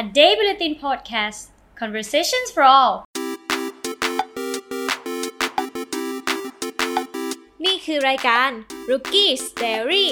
A Day Bulletin Podcast Conversations for All นี่คือรายการ Rookies Diary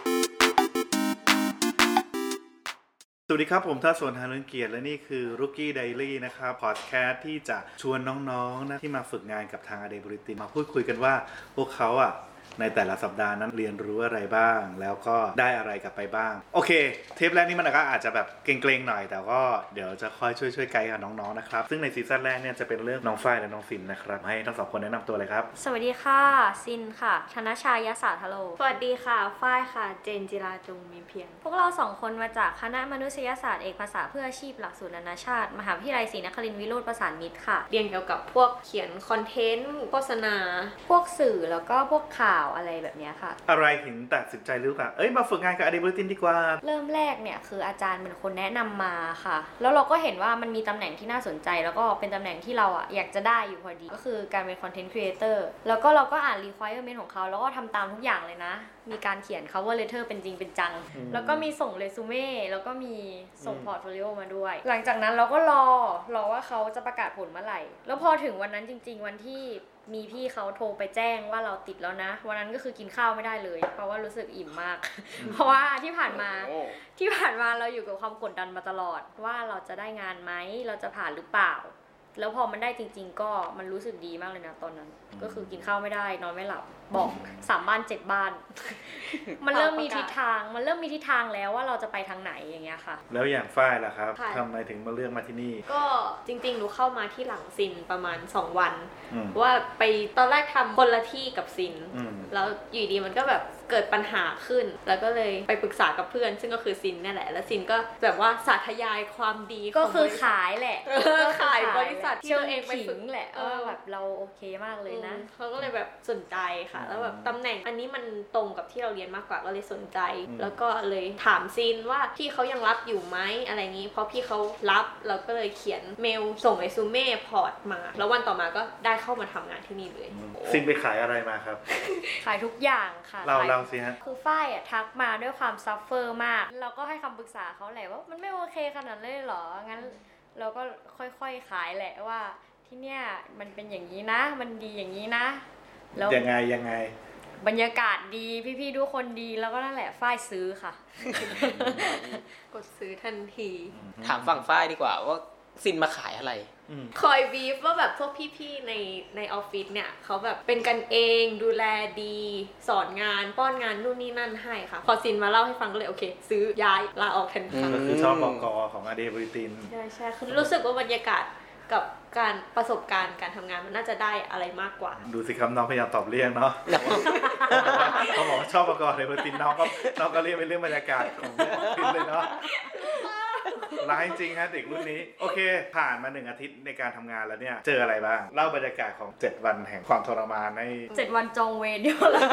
สวัสดีครับผมทัศน์สวนหาเรืองเกียรติและนี่คือ Rookie Diary นะครับพอดแคสต์ที่จะชวนน้องๆนะที่มาฝึกงานกับทาง A Day Bulletin มาพูดคุยกันว่าพวกเขาในแต่ละสัปดาห์นั้นเรียนรู้อะไรบ้างแล้วก็ได้อะไรกลับไปบ้างโอเคเทปแรกนี่มันก็อาจจะแบบเกรงๆหน่อยแต่ก็เดี๋ยวจะค่อยช่วยไกด์กับน้องๆนะครับซึ่งในซีซั่นแรกเนี่ยจะเป็นเรื่องน้องฝ้ายและน้องฟินนะครับให้ทั้งสองคนแนะนำตัวเลยครับสวัสดีค่ะซินค่ะธนชายสาทโลสวัสดีค่ะฝ้ายค่ะเจนจิราจงมีเพียงพวกเราสองคนมาจากคณะมนุษยศาสตร์เอกภาษาเพื่ออาชีพหลักสูตรนานาชาติมหาวิทยาลัยศรีนครินทร์วิโรจน์ประสานมิตรค่ะเรียนเกี่ยวกับพวกเขียนคอนเทนต์โฆษณาพวกสื่อแล้วก็พวกข่าวอะไรแบบนี้ค่ะอะไรถึงตัดสินใจหรือเปล่ามาฝึกงานกับ A Day Bulletin ดีกว่าเริ่มแรกเนี่ยคืออาจารย์เป็นคนแนะนำมาค่ะแล้วเราก็เห็นว่ามันมีตำแหน่งที่น่าสนใจแล้วก็เป็นตำแหน่งที่เราอยากจะได้อยู่พอดีก็คือการเป็นคอนเทนต์ครีเอเตอร์แล้วก็เราก็อ่าน requirement ของเขาแล้วก็ทำตามทุกอย่างเลยนะมีการเขียน cover letter เป็นจริงเป็นจังแล้วก็มีส่งเรซูเม่แล้วก็มีส่งพอร์ตโฟลิโอมาด้วยหลังจากนั้นเราก็รอว่าเขาจะประกาศผลเมื่อไหร่แล้วพอถึงวันนั้นจริงๆวันที่มีพี่เขาโทรไปแจ้งว่าเราติดแล้วนะวันนั้นก็คือกินข้าวไม่ได้เลยเพราะว่ารู้สึกอิ่มมาก เพราะว่าที่ผ่านมาเราอยู่กับความกดดันมาตลอดว่าเราจะได้งานไหมเราจะผ่านหรือเปล่าแล้วพอมันได้จริงๆก็มันรู้สึกดีมากเลยนะตอนนั้นก็คือกินข้าวไม่ได้นอนไม่หลับบอก3 บ้าน7 บ้าน มันเริ่มมีทิศทางแล้วว่าเราจะไปทางไหนอย่างเงี้ยค่ะแล้วอย่างฝ้ายล่ะครับทำไมถึงมาเลือกมาที่นี่ก็จริงๆหนูเข้ามาที่หลังซินประมาณ2 วันว่าไปตอนแรกทำคนละที่กับซินแล้วอยู่ดีมันก็แบบเกิดปัญหาขึ้นแล้วก็เลยไปปรึกษากับเพื่อนซึ่งก็คือซินนี่แหละแล้วซินก็แบบว่าสาธยายความดีก็คือขายแหละขายบริษัทที่ตัวเองไปฝึกแหละแบบเราโอเคมากเลยนะเขาก็เลยแบบสนใจค่ะแล้วแบบตำแหน่งอันนี้มันตรงกับที่เราเรียนมากกว่าก็เลยสนใจแล้วก็เลยถามซินว่าพี่เขายังรับอยู่ไหมอะไรงี้เพราะพี่เขารับเราก็เลยเขียนเมลส่งเรซูเม่พอร์ตมาแล้ววันต่อมาก็ได้เข้ามาทำงานที่นี่เลยซินไปขายอะไรมาครับขายทุกอย่างค่ะเราสิฮะคือฝ้ายทักมาด้วยความซัฟเฟอร์มากเราก็ให้คำปรึกษาเขาแหละว่ามันไม่โอเคขนาดนั้นเลยเหรองั้นเราก็ค่อยๆขายแหละว่าที่เนี่ยมันเป็นอย่างนี้นะมันดีอย่างนี้นะแล้วยังไงบรรยากาศดีพี่ๆทุกคนดีแล้วก็นั่นแหละฝ้ายซื้อค่ะกดซื้อทันทีถามฝั่งฝ้ายดีกว่าว่าซินมาขายอะไรคอยบีฟว่าแบบพวกพี่ๆในออฟฟิศเนี่ยเขาแบบเป็นกันเองดูแลดีสอนงานป้อนงานนู่นนี่นั่นให้ค่ะพอซินมาเล่าให้ฟังก็เลยโอเคซื้อย้ายลาออกทันทีก็คือชอบบก.ของ A Day Bulletin ใช่คือรู้สึกว่าบรรยากาศกับการประสบการณ์การทำงานมันน่าจะได้อะไรมากกว่าดูสิครับน้องพยายามตอบเรื่องเนาะเขาบอกชอบบก.ในบริษัทน้องก็เรียกเป็นเรื่องบรรยากาศของฟินเลยเนาะร้ายจริงฮะเด็กรุ่นนี้โอเคผ่านมา1 อาทิตย์ในการทำงานแล้วเนี่ยเจออะไรบ้างเล่าบรรยากาศของ7 วันแห่งความทรมานใน 7 วันจองเวรเดียวเลย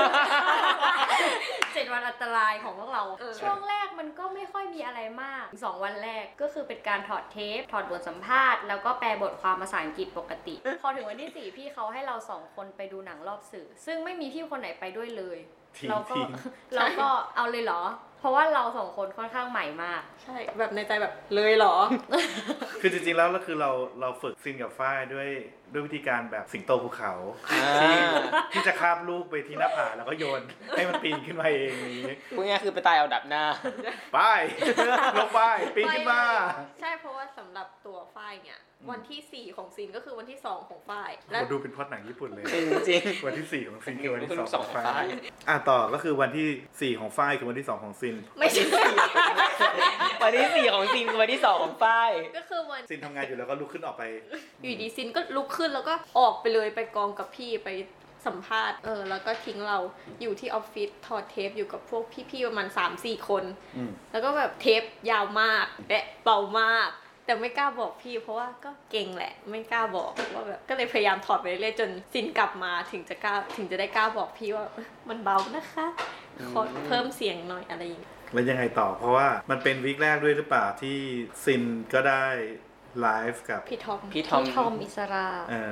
7 วันอันตรายของพวกเราช่วงแรกมันก็ไม่ค่อยมีอะไรมาก2 วันแรกก็คือเป็นการถอดเทปถอดบทสัมภาษณ์แล้วก็แปลบทความภาษาอังกฤษปกติพอถึงวันที่4พี่เขาให้เรา2 คนไปดูหนังรอบสื่อซึ่งไม่มีพี่คนไหนไปด้วยเลยเราก็เอาเลยเหรอเพราะว่าเรา2 คนค่อนข้างใหม่มากใช่แบบในใจแบบเลยเหรอคือจริงๆแล้วก็คือเราฝึกซินกับฝ้ายด้วยวิธีการแบบสิงโตภูเขาที่จะคาบลูกไปที่หน้าผาแล้วก็โยนให้มันปีนขึ้นมาเองนี้พวกนี้คือไปตายเอาดับหน้าป้ายลงป้ายปีนขึ้นมาใช่เพราะว่าสำหรับตัวฝ้ายเนี่ยวันที่4ของซินก็คือวันที่2ของฝ้ายแล้วดูเป็นพล็อตหนังญี่ปุ่นเลยจริงวันที่4ของซินคือวันที่2ของฝ้ายต่อก็คือวันที่4ของฝ้ายคือวันที่2ของซินไม่ใช่วันที่4ของซินคือวันที่2ของฝ้ายก็คือวันซินทำงานอยู่แล้วก็ลุกขึ้นออกไปอยู่ดีซินก็ลุกขึ้นแล้วก็ออกไปเลยไปกองกับพี่ไปสัมภาษณ์แล้วก็ทิ้งเราอยู่ที่ออฟฟิศถอดเทปอยู่กับพวกพี่ๆประมาณ 3-4 คนแล้วก็แบบเทปยาวมากและเบามากแต่ไม่กล้าบอกพี่เพราะว่าก็เก่งแหละไม่กล้าบอกว่าแบบก็เลยพยายามถอดไปเรื่อยๆจนซินกลับมาถึงจะได้กล้าบอกพี่ว่ามันเบานะคะขอเพิ่มเสียงหน่อยอะไรอย่างเงี้ยแล้วยังไงต่อเพราะว่ามันเป็นวีคแรกด้วยหรือเปล่าที่ซินก็ได้ไลฟ์กับพี่ทอมอิสรา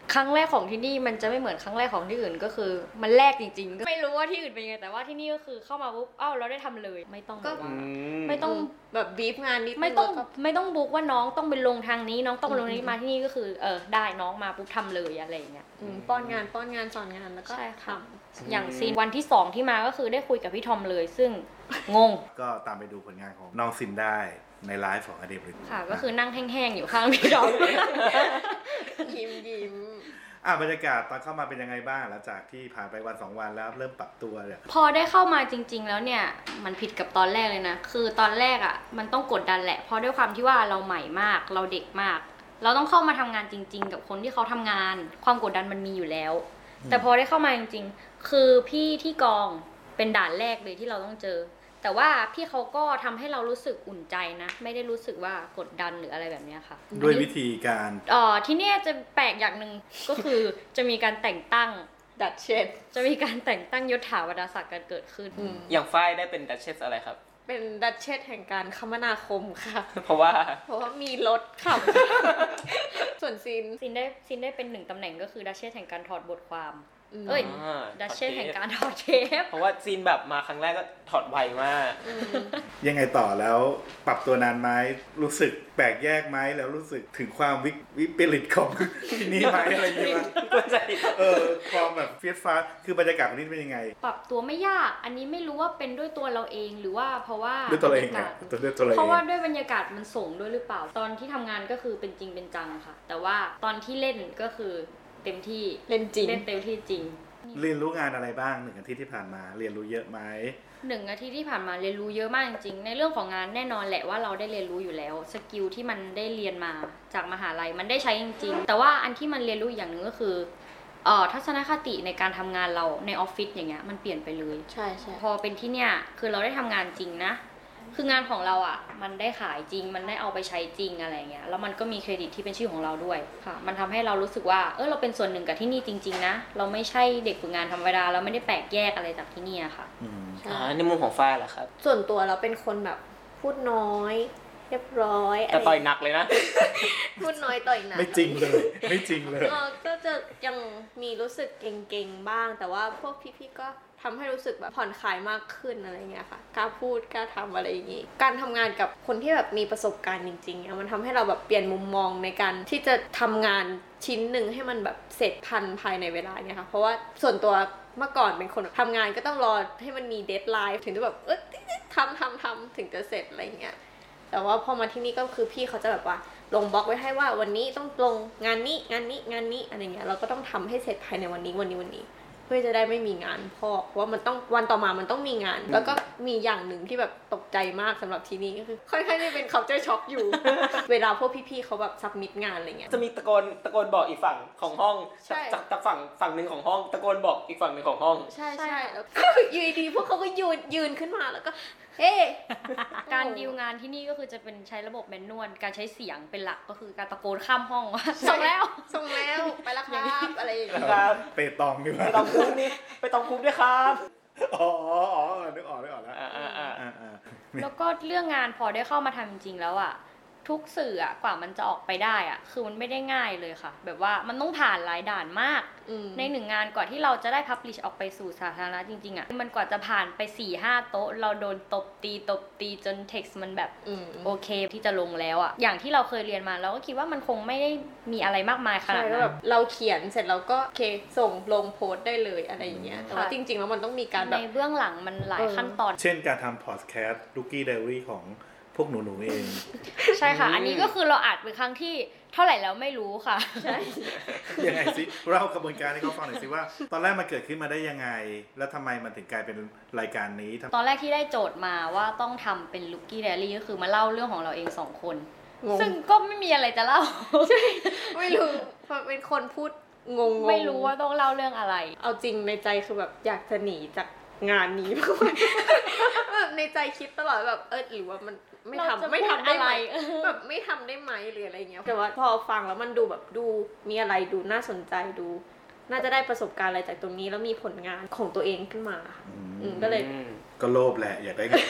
ครั้งแรกของที่นี่มันจะไม่เหมือนครั้งแรกของที่อื่นก็คือมันแรกจริงๆก็ไม่รู้ว่าที่อื่นเป็นยังไงแต่ว่าที่นี่ก็คือเข้ามาปุ๊บเราได้ทำเลยไม่ต้องแบบว่าไม่ต้องแบบบีฟงานนิดนึงไม่ต้องแล้วก็ไม่ต้องบุ๊กว่าน้องต้องไปลงทางนี้น้องต้องไปลงนี้มาที่นี่ก็คือได้น้องมาปุ๊บทำเลยอะไรอย่างเงี้ยป้อนงานสอนงานแล้วก็ใช่ทค่ะ อย่างซีนวันที่2ที่มาก็คือได้คุยกับพี่ทอมเลยซึ่งงงก็ตามไปดูผลงานของน้องซินได้ในไลฟ์ของอเดบริตค่ะก็คือนั่งแห้งๆอยู่ข้างพี่ทอมำยิ้มบรรยากาศตอนเข้ามาเป็นยังไงบ้างหลังจากที่ผ่านไปวัน2วันแล้วเริ่มปรับตัวเนี่ยพอได้เข้ามาจริงๆแล้วเนี่ยมันผิดกับตอนแรกเลยนะคือตอนแรกมันต้องกดดันแหละเพราะด้วยความที่ว่าเราใหม่มากเราเด็กมากเราต้องเข้ามาทำงานจริงๆกับคนที่เขาทำงานความกดดันมันมีอยู่แล้วแต่พอได้เข้ามาจริงๆคือพี่ที่กองเป็นด่านแรกเลยที่เราต้องเจอแต่ว่าพี่เขาก็ทำให้เรารู้สึกอุ่นใจนะไม่ได้รู้สึกว่ากดดันหรืออะไรแบบนี้ค่ะด้วยวิธีการที่เนี่ยจะแปลกอย่างหนึ่งก็คือจะมีการแต่งตั้งดัชเช็ดจะมีการแต่งตั้งยศถาวรรณศักดิ์กันเกิดขึ้นอย่างฝ้ายได้เป็นดัชเชสอะไรครับเป็นดัชเช็ดแห่งการคมนาคมค่ะเพราะว่าเพราะว่ามีรถขับ ส่วนซีนซินได้เป็น1ตำแหน่งก็คือดัชเชสแห่งการถอดบทความอ่าดัชเชสแห่งการถอดเทปเพราะว่าซีนแบบมาครั้งแรกก็ถอดไวมากยังไงต่อแล้วปรับตัวนานไหมรู้สึกแปลกแยกไหมแล้วรู้สึกถึงความวิปริตของ ที่นี่ไหมอะไรอย่างเงี้ยความแบบเฟียสฟ้าคือบรรยากาศของนี่เป็นยังไงปรับตัวไม่ยากอันนี้ไม่รู้ว่าเป็นด้วยตัวเราเองหรือว่าเพราะว่าด้วยตัวเราเองบรรยากาศด้วยตัวเราเองเพราะว่าด้วยบรรยากาศมันส่งด้วยหรือเปล่าตอนที่ทำงานก็คือเป็นจริงเป็นจังค่ะ แต่ว่าตอนที่เล่นก็คือเต็มที่เล่นจริงเล่นเต็มที่จริงเรียนรู้งานอะไรบ้าง1 อาทิตย์ที่ผ่านมาเรียนรู้เยอะไหม 1 อาทิตย์ที่ผ่านมาเรียนรู้เยอะมากจริงๆในเรื่องของงานแน่นอนแหละว่าเราได้เรียนรู้อยู่แล้วสกิลที่มันได้เรียนมาจากมหาลัยมันได้ใช้จริงๆแต่ว่าอันที่มันเรียนรู้อีกอย่างหนึ่งก็คือทัศนคติในการทำงานเราในออฟฟิศอย่างเงี้ยมันเปลี่ยนไปเลยใช่ใช่พอเป็นที่เนี่ยคือเราได้ทำงานจริงนะคืองานของเรามันได้ขายจริงมันได้เอาไปใช้จริงอะไรเงี้ยแล้วมันก็มีเครดิตที่เป็นชื่อของเราด้วยค่ะมันทำให้เรารู้สึกว่าเราเป็นส่วนหนึ่งกับที่นี่จริงๆนะเราไม่ใช่เด็กฝึกงานธรรมดาเราไม่ได้แปลกแยกอะไรจากที่นี่ค่ะในมุมของฝ้ายล่ะครับส่วนตัวเราเป็นคนแบบพูดน้อยเรียบร้อยแต่ต่อยหนักเลยนะพูดน้อยต่อยหนักไม่จริงเลยไม่จริงเลยก็จะยังมีรู้สึกเก่งๆบ้าง แต่ว่าพวกพี่ๆก็ทำให้รู้สึกแบบผ่อนคลายมากขึ้นอะไรเงี้ยค่ะกล้าพูดกล้าทำอะไรอย่างงี้การทำงานกับคนที่แบบมีประสบการณ์จริงๆมันทำให้เราแบบเปลี่ยนมุมมองในการที่จะทำงานชิ้นหนึ่งให้มันแบบเสร็จทันภายในเวลาเนี่ยค่ะเพราะว่าส่วนตัวเมื่อก่อนเป็นคนทำงานก็ต้องรอให้มันมีเดดไลน์ถึงจะแบบทำถึงจะเสร็จอะไรเงี้ยแต่ว่าพอมาที่นี่ก็คือพี่เขาจะแบบว่าลงบล็อกไว้ให้ว่าวันนี้ต้องลงงานนี้อะไรเงี้ยเราก็ต้องทำให้เสร็จภายในวันนี้เพื่อจะได้ไม่มีงานเพราะว่ามันต้องวันต่อมามันต้องมีงานแล้วก็มีอย่างหนึ่งที่แบบตกใจมากสำหรับที่นี่ก็คือค่อนข้างจะเป็น culture shock อยู่ เวลาพวกพี่ๆเขาแบบซับมิทงานอะไรเงี้ยจะมีตะโกนบอกอีกฝั่งของห้องใช่จากฝั่งหนึ่งของห้องตะโกนบอกอีกฝั่งหนึ่งของห้องใช่แล้วอยืนดีพวกเขาก็ยืนขึ้นมาแล้วก็เฮ้การดีลงานที่นี่ก็คือจะเป็นใช้ระบบแมนนวลการใช้เสียงเป็นหลักก็คือการตะโกนข้ามห้องว่าส่งแล้วไปแล้วครับอะไรอย่างเงี้ยครับเปตองดีกว่าไปตองคุ้มด้วยครับอ๋อนึกออกแล้วแล้วก็เรื่องงานพอได้เข้ามาทำจริงๆแล้วทุกสื่อกว่ามันจะออกไปได้คือมันไม่ได้ง่ายเลยค่ะแบบว่ามันต้องผ่านหลายด่านมากใน1 งานกว่าที่เราจะได้พับลิชออกไปสู่สาธารณะจริงๆมันกว่าจะผ่านไป 4-5 โต๊ะเราโดนตบตีจนเท็กซ์มันแบบโอเคที่จะลงแล้วอย่างที่เราเคยเรียนมาเราก็คิดว่ามันคงไม่ได้มีอะไรมากมายขนาดใช่นั้แบนบเราเขียนเสร็จเราก็โอเคส่งลงโพสต์ได้เลยอะไรอย่างเงี้ยแต่ว่าจริงๆแล้วมันต้องมีการแบบในเบื้องหลังมันหลายขั้นตอนเช่นการทำพอดแคสต์ Rookie Diary ของพวกหนูเองใช่ค่ะอันนี้ก็คือเราอัดเป็นครั้งที่เท่าไหร่แล้วไม่รู้ค่ะใช่ยังไงสิเล่ากระบวนการให้เขาฟังหน่อยสิว่าตอนแรกมันเกิดขึ้นมาได้ยังไงแล้วทำไมมันถึงกลายเป็นรายการนี้ตอนแรกที่ได้โจทย์มาว่าต้องทำเป็น Rookie Diary ก็คือมาเล่าเรื่องของเราเอง2 คนซึ่งก็ไม่มีอะไรจะเล่าไม่รู้เป็นคนพูดงงไม่รู้ว่าต้องเล่าเรื่องอะไรเอาจริงในใจคือแบบอยากจะหนีจากงานนี้เพราะแบบในใจคิดตลอดแบบหรือว่ามันไม่ทำได้ไหมแบบไม่ทำได้ไหมหรืออะไรเงี้ยแต่ว่าพอฟังแล้วมันดูแบบดูมีอะไรดูน่าสนใจดูน่าจะได้ประสบการณ์อะไรจากตรงนี้แล้วมีผลงานของตัวเองขึ้นมาก็เลยก็โลภแหละอยากได้เงิน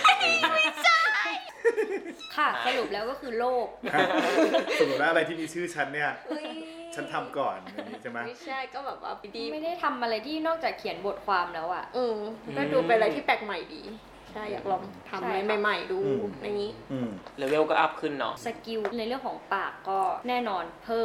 ค่ะสรุปแล้วก็คือโลภสรุปแล้วอะไรที่มีชื่อฉันเนี่ยฉันทำก่อนอย่างนี้ใช่ไหมไม่ใช่ก็แบบว่าดีไม่ได้ทำอะไรที่นอกจากเขียนบทความแล้วอ่ะก็ดูเป็นอะไรที่แปลกใหม่ดีใช่อยากลองทำอะไรใหม่ๆดูในนี้เลเวลก็อัพขึ้นเนาะสกิลในเรื่องของปากก็แน่นอนเพิ่ม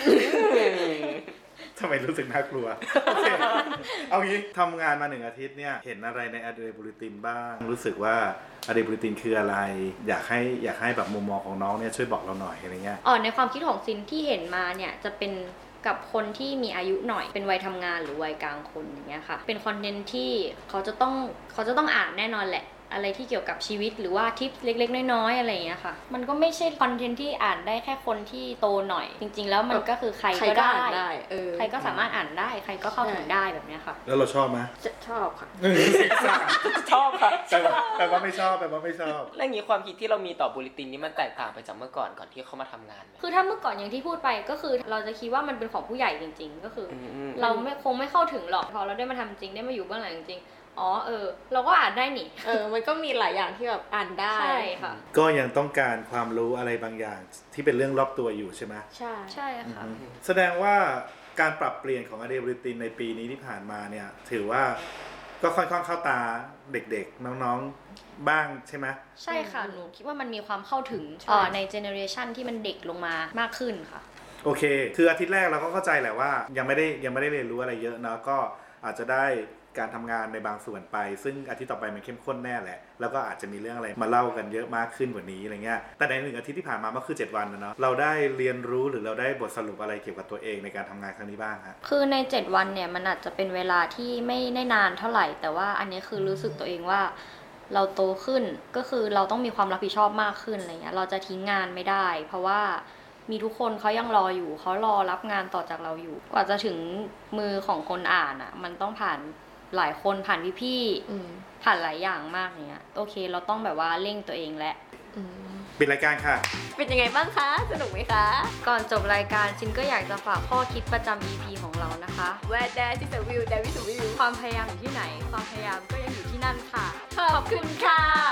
ทำไมรู้สึกน่ากลัว โอเค เอางี้ทำงานมา1 อาทิตย์เนี่ยเห็นอะไรในอะเดบูริตินบ้างรู้สึกว่าอะเดบูริตินคืออะไรอยากให้แบบมุมมองของน้องเนี่ยช่วยบอกเราหน่อยอะไรเงี้ยในความคิดของซินที่เห็นมาเนี่ยจะเป็นกับคนที่มีอายุหน่อยเป็นวัยทำงานหรือวัยกลางคนอย่างเงี้ยค่ะเป็นคอนเทนต์ที่เขาจะต้องอ่านแน่นอนแหละอะไรที่เกี่ยวกับชีวิตหรือว่าทิปเล็กๆน้อยๆอะไรอย่างเงี้ยค่ะมันก็ไม่ใช่คอนเทนต์ที่อ่านได้แค่คนที่โตหน่อยจริงๆแล้วมันก็คือใครก็ได้ใครก็สามารถอ่านได้ใครก็เข้าถึงได้แบบเนี้ยค่ะแล้วเราชอบไหมชอบค่ะชอบค่ะแต่ว่าไม่ชอบแต่ว่าไม่ชอบแล้วอย่างนี้ความคิดที่เรามีต่อบูลิตินนี่มันแตกต่างไปจากเมื่อก่อนที่เขามาทำงานไหมคือถ้าเมื่อก่อนอย่างที่พูดไปก็คือเราจะคิดว่ามันเป็นของผู้ใหญ่จริงๆก็คือเราคงไม่เข้าถึงหรอกพอเราได้มาทำจริงได้มาอยู่เบื้องหลังจริงเราก็อ่านได้นี่มันก็มีหลายอย่างที่แบบอ่านได้ใช่ค่ะก็ยังต้องการความรู้อะไรบางอย่างที่เป็นเรื่องรอบตัวอยู่ใช่ไหมใช่ค่ะแสดงว่าการปรับเปลี่ยนของอะเดบูริตินในปีนี้ที่ผ่านมาเนี่ยถือว่าก็ค่อนข้างเข้าตาเด็กๆน้องๆบ้างใช่ไหมใช่ค่ะหนูคิดว่ามันมีความเข้าถึงในเจเนอเรชันที่มันเด็กลงมามากขึ้นค่ะโอเคคืออาทิตย์แรกเราก็เข้าใจแหละว่ายังไม่ได้เรียนรู้อะไรเยอะเนาะก็อาจจะได้การทำงานในบางส่วนไปซึ่งอาทิตย์ต่อไปมันเข้มข้นแน่แหละแล้วก็อาจจะมีเรื่องอะไรมาเล่ากันเยอะมากขึ้นกว่านี้อะไรเงี้ยแต่ใน1 อาทิตย์ที่ผ่านมามันคือ7 วันนะเนาะเราได้เรียนรู้หรือเราได้บทสรุปอะไรเกี่ยวกับตัวเองในการทำงานครั้งนี้บ้างฮะคือใน7 วันเนี่ยมันอาจจะเป็นเวลาที่ไม่ได้นานเท่าไหร่แต่ว่าอันนี้คือรู้สึกตัวเองว่าเราโตขึ้นก็คือเราต้องมีความรับผิดชอบมากขึ้นอะไรเงี้ยเราจะทิ้งงานไม่ได้เพราะว่ามีทุกคนเขายังรออยู่เขารอรับงานต่อจากเราอยู่กว่าจะถึงมือของคนอ่านอ่ะมันต้องผ่านหลายคนผ่านพี่ๆผ่านหลายอย่างมากเนี่ยโอเคเราต้องแบบว่าเร่งตัวเองและปิดรายการค่ะเป็นยังไงบ้างคะสนุกไหมคะก่อนจบรายการจินก็อยากจะฝากข้อคิดประจำ EP ของเรานะคะ Where there is a will there is a will ความพยายามอยู่ที่ไหนความพยายามก็ยังอยู่ที่นั่นค่ะขอบคุณค่ะ